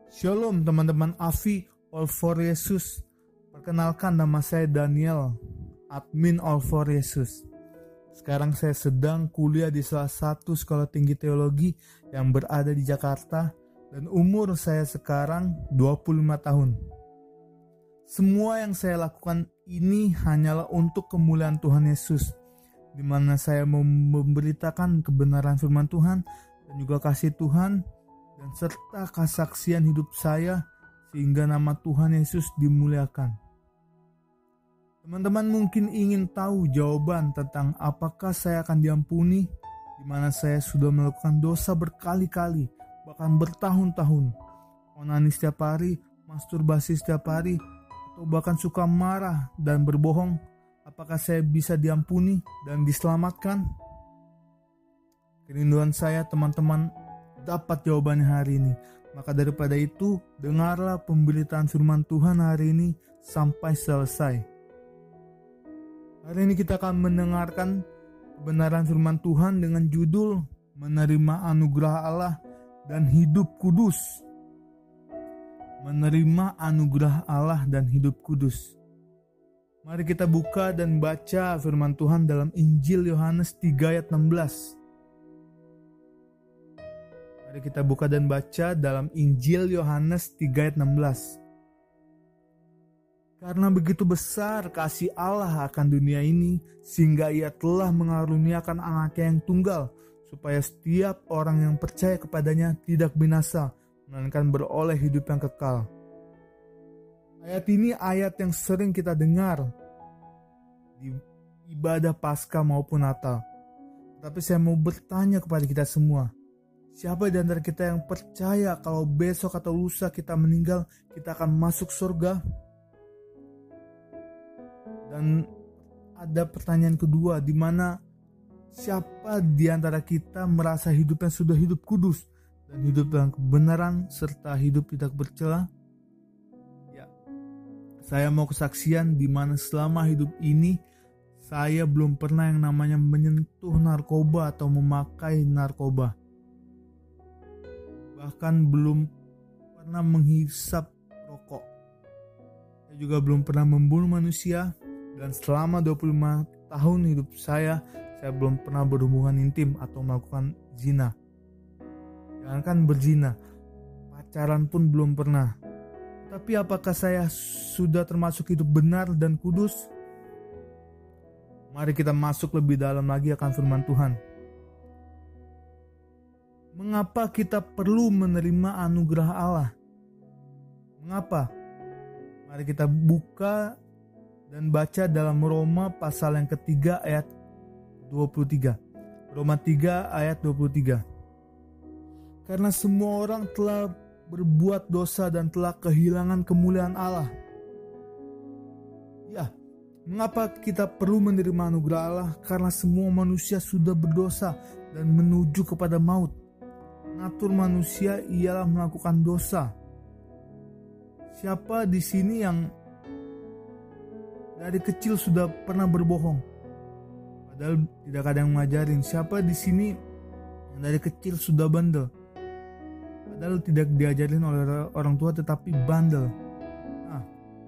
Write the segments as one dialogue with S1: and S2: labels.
S1: Shalom teman-teman AVI All for Yesus. Perkenalkan, nama saya Daniel, admin All for Yesus. Sekarang saya sedang kuliah di salah satu sekolah tinggi teologi yang berada di Jakarta, dan umur saya sekarang 25 tahun. Semua yang saya lakukan ini hanyalah untuk kemuliaan Tuhan Yesus, di mana saya memberitakan kebenaran firman Tuhan dan juga kasih Tuhan, dan serta kesaksian hidup saya sehingga nama Tuhan Yesus dimuliakan. Teman-teman mungkin ingin tahu jawaban tentang apakah saya akan diampuni, di mana saya sudah melakukan dosa berkali-kali, bahkan bertahun-tahun, onani setiap hari, masturbasi setiap hari, atau bahkan suka marah dan berbohong. Apakah saya bisa diampuni dan diselamatkan? Kerinduan saya teman-teman dapat jawabannya hari ini. Maka daripada itu, dengarlah pemberitaan firman Tuhan hari ini sampai selesai. Hari ini kita akan mendengarkan kebenaran firman Tuhan dengan judul Menerima Anugerah Allah dan Hidup Kudus. Menerima Anugerah Allah dan Hidup Kudus. Mari kita buka dan baca firman Tuhan dalam Injil Yohanes 3 ayat 16. Mari kita buka dan baca dalam Injil Yohanes 3 ayat 16. Karena begitu besar kasih Allah akan dunia ini, sehingga ia telah mengaruniakan anaknya yang tunggal, supaya setiap orang yang percaya kepadanya tidak binasa, melainkan beroleh hidup yang kekal. Ayat ini ayat yang sering kita dengar di ibadah Paskah maupun Natal. Tapi saya mau bertanya kepada kita semua, siapa di antara kita yang percaya kalau besok atau lusa kita meninggal, kita akan masuk surga? Dan ada pertanyaan kedua, di mana siapa di antara kita merasa hidupnya sudah hidup kudus dan hidup dalam kebenaran serta hidup tidak bercela? Ya, saya mau kesaksian di mana selama hidup ini saya belum pernah yang namanya menyentuh narkoba atau memakai narkoba. Bahkan belum pernah menghisap rokok. Saya juga belum pernah membunuh manusia. Dan selama 25 tahun hidup saya belum pernah berhubungan intim atau melakukan zina. Jangankan berzina, pacaran pun belum pernah. Tapi apakah saya sudah termasuk hidup benar dan kudus? Mari kita masuk lebih dalam lagi akan firman Tuhan. Mengapa kita perlu menerima anugerah Allah? Mengapa? Mari kita buka dan baca dalam Roma pasal yang ketiga ayat 23. Roma 3 ayat 23. Karena semua orang telah berbuat dosa dan telah kehilangan kemuliaan Allah. Ya, mengapa kita perlu menerima anugerah Allah? Karena semua manusia sudah berdosa dan menuju kepada maut. Natur manusia ialah melakukan dosa. Siapa di sini yang dari kecil sudah pernah berbohong? Padahal tidak ada yang mengajarin. Siapa di sini yang dari kecil sudah bandel? Padahal tidak diajarin oleh orang tua tetapi bandel. Nah,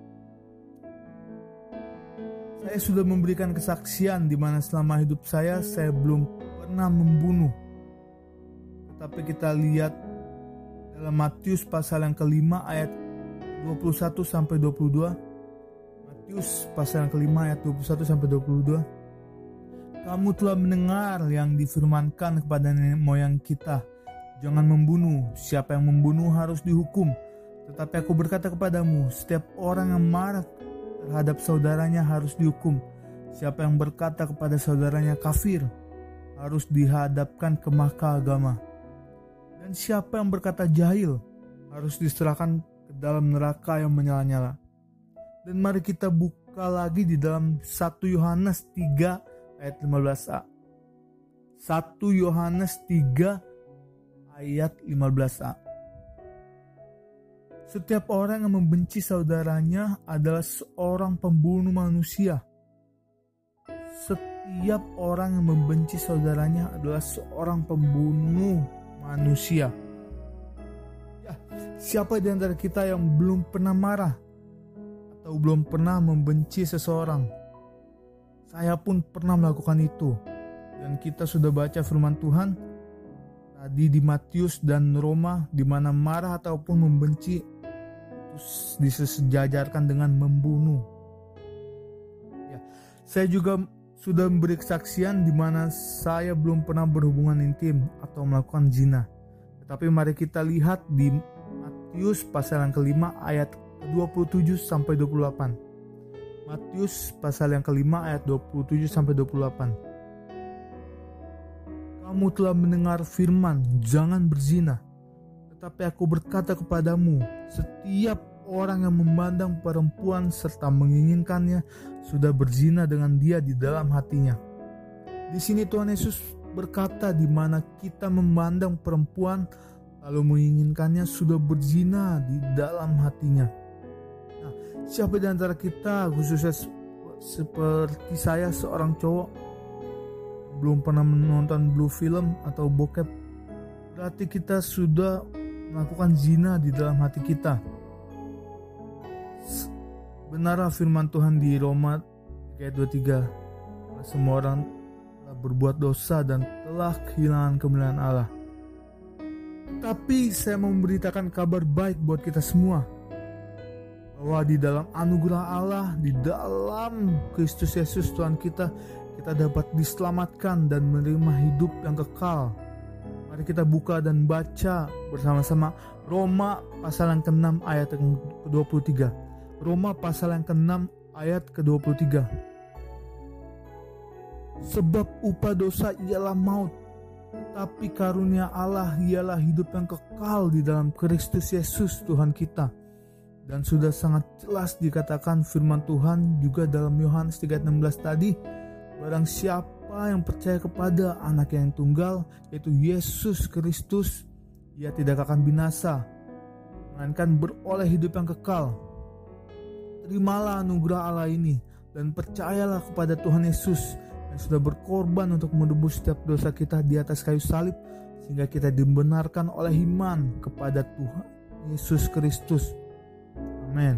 S1: saya sudah memberikan kesaksian di mana selama hidup saya belum pernah membunuh. Tetapi kita lihat dalam Matius pasal yang kelima ayat 21 sampai 22. Matius pasal yang kelima ayat 21 sampai 22. Kamu telah mendengar yang difirmankan kepada nenek moyang kita, jangan membunuh. Siapa yang membunuh harus dihukum. Tetapi aku berkata kepadamu, setiap orang yang marah terhadap saudaranya harus dihukum. Siapa yang berkata kepada saudaranya kafir harus dihadapkan ke mahkamah agama. Dan siapa yang berkata jahil harus diserahkan ke dalam neraka yang menyala-nyala. Dan mari kita buka lagi di dalam 1 Yohanes 3 ayat 15a. 1 Yohanes 3 ayat 15a. Setiap orang yang membenci saudaranya adalah seorang pembunuh manusia. Setiap orang yang membenci saudaranya adalah seorang pembunuh manusia. Ya, Siapa di antara kita yang belum pernah marah atau belum pernah membenci seseorang? Saya pun pernah melakukan itu. Dan kita sudah baca firman Tuhan tadi di Matius dan Roma, di mana marah ataupun membenci terus disejajarkan dengan membunuh. Ya, saya juga sudah memberi kesaksian di mana saya belum pernah berhubungan intim atau melakukan zina. Tetapi mari kita lihat di Matius pasal yang kelima ayat 27 sampai 28. Matius pasal yang kelima ayat 27 sampai 28. Kamu telah mendengar firman, jangan berzina. Tetapi aku berkata kepadamu, setiap orang yang memandang perempuan serta menginginkannya sudah berzina dengan dia di dalam hatinya. Di sini Tuhan Yesus berkata di mana kita memandang perempuan lalu menginginkannya sudah berzina di dalam hatinya. Nah, siapa di antara kita, khususnya seperti saya seorang cowok, belum pernah menonton blue film atau bokep, berarti kita sudah melakukan zina di dalam hati kita. Benarlah firman Tuhan di Roma ayat 23, semua orang telah berbuat dosa dan telah kehilangan kemuliaan Allah. Tapi saya mau memberitakan kabar baik buat kita semua, bahwa di dalam anugerah Allah, di dalam Kristus Yesus Tuhan kita dapat diselamatkan dan menerima hidup yang kekal. Mari kita buka dan baca bersama-sama Roma pasal yang ke-6 ayat yang ke-23. Roma pasal yang ke-6 ayat ke-23. Sebab upah dosa ialah maut, tetapi karunia Allah ialah hidup yang kekal di dalam Kristus Yesus Tuhan kita. Dan sudah sangat jelas dikatakan firman Tuhan juga dalam Yohanes 3:16 tadi, barang siapa yang percaya kepada anak yang tunggal, yaitu Yesus Kristus, ia tidak akan binasa, melainkan beroleh hidup yang kekal. Terimalah anugerah Allah ini dan percayalah kepada Tuhan Yesus yang sudah berkorban untuk menebus setiap dosa kita di atas kayu salib, sehingga kita dibenarkan oleh iman kepada Tuhan Yesus Kristus. Amin.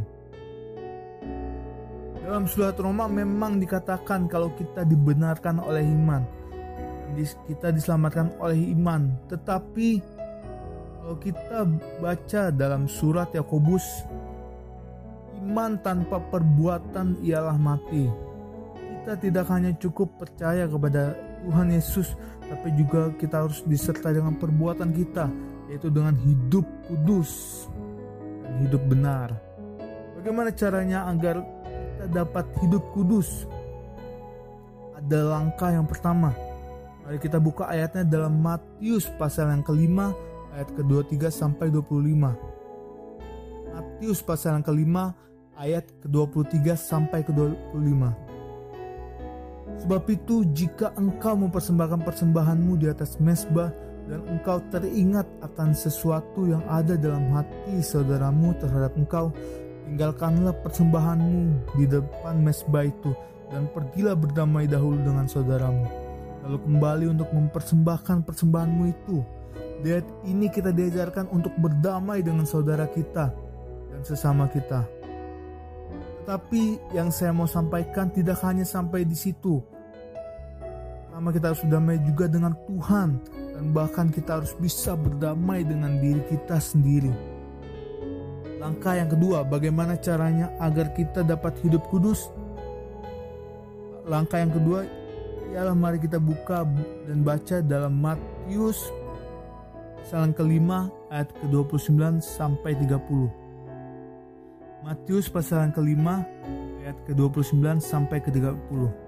S1: Dalam surat Roma memang dikatakan kalau kita dibenarkan oleh iman, kita diselamatkan oleh iman. Tetapi kalau kita baca dalam surat Yakobus, iman tanpa perbuatan ialah mati. Kita tidak hanya cukup percaya kepada Tuhan Yesus, tapi juga kita harus disertai dengan perbuatan kita, yaitu dengan hidup kudus dan hidup benar. Bagaimana caranya agar kita dapat hidup kudus? Ada langkah yang pertama. Mari kita buka ayatnya dalam Matius pasal yang kelima ayat ke-23 sampai 25. Matius pasal yang kelima ayat ke-23 sampai ke-25. Sebab itu jika engkau mempersembahkan persembahanmu di atas mezbah dan engkau teringat akan sesuatu yang ada dalam hati saudaramu terhadap engkau, tinggalkanlah persembahanmu di depan mezbah itu dan pergilah berdamai dahulu dengan saudaramu. Lalu kembali untuk mempersembahkan persembahanmu itu. Di ayat ini kita diajarkan untuk berdamai dengan saudara kita dan sesama kita. Tetapi yang saya mau sampaikan tidak hanya sampai di situ. Pertama, kita harus berdamai juga dengan Tuhan, dan bahkan kita harus bisa berdamai dengan diri kita sendiri. Langkah yang kedua, bagaimana caranya agar kita dapat hidup kudus? Langkah yang kedua ialah mari kita buka dan baca dalam Matius pasal yang kelima ayat ke-29 sampai 30. Matius pasal yang kelima ayat ke-29 sampai ke-30.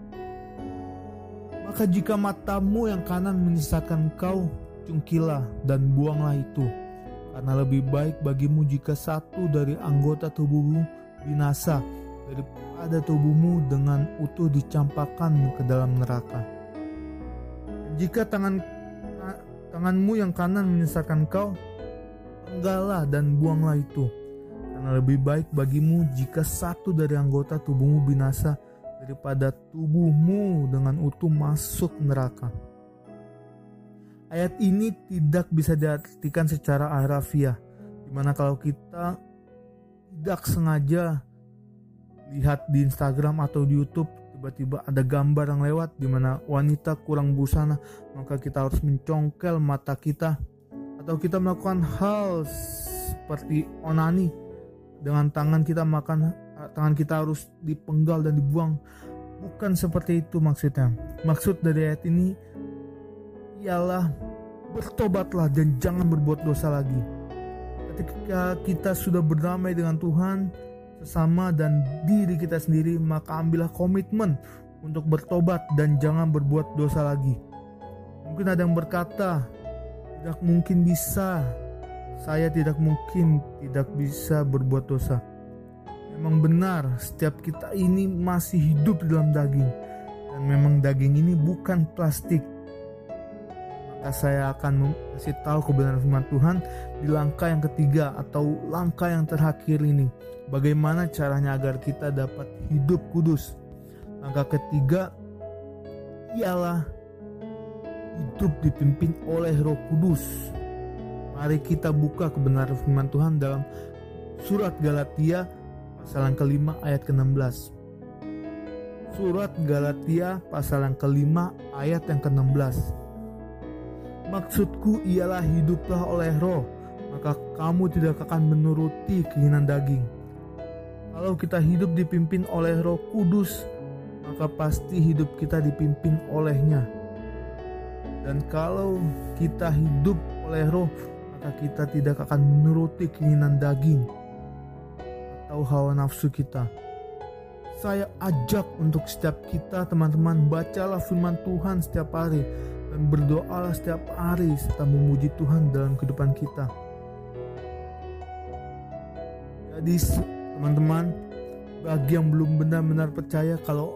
S1: Maka jika matamu yang kanan menyesatkan engkau, cungkilah dan buanglah itu. Karena lebih baik bagimu jika satu dari anggota tubuhmu binasa daripada tubuhmu dengan utuh dicampakkan ke dalam neraka. Jika tanganmu yang kanan menyesatkan engkau, penggallah dan buanglah itu. Karena lebih baik bagimu jika satu dari anggota tubuhmu binasa daripada tubuhmu dengan utuh masuk neraka. Ayat ini tidak bisa diartikan secara harfiah, Dimana kalau kita tidak sengaja lihat di Instagram atau di YouTube, tiba-tiba ada gambar yang lewat di mana wanita kurang busana, maka kita harus mencongkel mata kita. Atau kita melakukan hal seperti onani dengan tangan kita, makan tangan kita harus dipenggal dan dibuang. Bukan seperti itu maksudnya. Maksud dari ayat ini ialah bertobatlah dan jangan berbuat dosa lagi. Ketika kita sudah berdamai dengan Tuhan, sesama dan diri kita sendiri, maka ambillah komitmen untuk bertobat dan jangan berbuat dosa lagi. Mungkin ada yang berkata, tidak mungkin bisa, saya tidak mungkin tidak bisa berbuat dosa. Memang benar, setiap kita ini masih hidup di dalam daging, dan memang daging ini bukan plastik. Maka saya akan kasih tahu kebenaran firman Tuhan di langkah yang ketiga atau langkah yang terakhir ini. Bagaimana caranya agar kita dapat hidup kudus? Langkah ketiga ialah hidup dipimpin oleh Roh Kudus. Mari kita buka kebenaran firman Tuhan dalam surat Galatia pasal yang kelima ayat ke-16. Surat Galatia pasal yang kelima ayat yang ke-16. Maksudku ialah hiduplah oleh Roh, maka kamu tidak akan menuruti keinginan daging. Kalau kita hidup dipimpin oleh Roh Kudus, maka pasti hidup kita dipimpin olehnya. Dan kalau kita hidup oleh Roh, maka kita tidak akan menuruti keinginan daging atau hawa nafsu kita. Saya ajak untuk setiap kita, teman-teman, bacalah firman Tuhan setiap hari dan berdoalah setiap hari serta memuji Tuhan dalam kehidupan kita. Jadi teman-teman, bagi yang belum benar-benar percaya kalau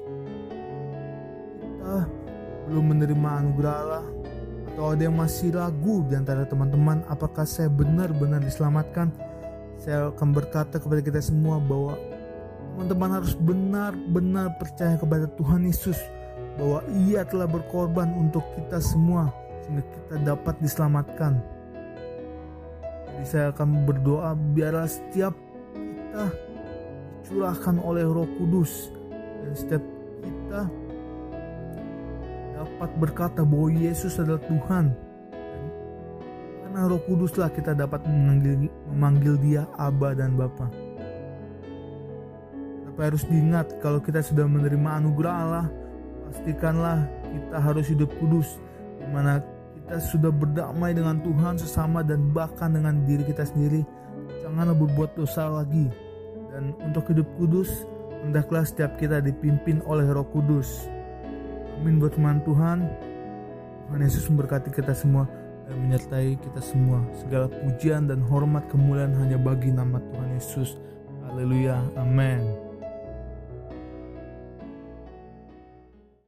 S1: kita belum menerima anugerah Allah, atau ada yang masih ragu di antara teman-teman apakah saya benar-benar diselamatkan, saya akan berkata kepada kita semua bahwa teman-teman harus benar-benar percaya kepada Tuhan Yesus, bahwa Ia telah berkorban untuk kita semua sehingga kita dapat diselamatkan. Jadi saya akan berdoa biarlah setiap kita dicurahkan oleh Roh Kudus dan setiap kita dapat berkata bahwa Yesus adalah Tuhan. Dan karena Roh Kuduslah kita dapat memanggil Dia Aba dan Bapa. Tapi harus diingat, kalau kita sudah menerima anugerah Allah, pastikanlah kita harus hidup kudus, di mana kita sudah berdamai dengan Tuhan, sesama, dan bahkan dengan diri kita sendiri. Janganlah berbuat dosa lagi. Dan untuk hidup kudus, hendaklah setiap kita dipimpin oleh Roh Kudus. Amin buat firman Tuhan. Tuhan Yesus memberkati kita semua dan menyertai kita semua. Segala pujian dan hormat kemuliaan hanya bagi nama Tuhan Yesus. Haleluya. Amin.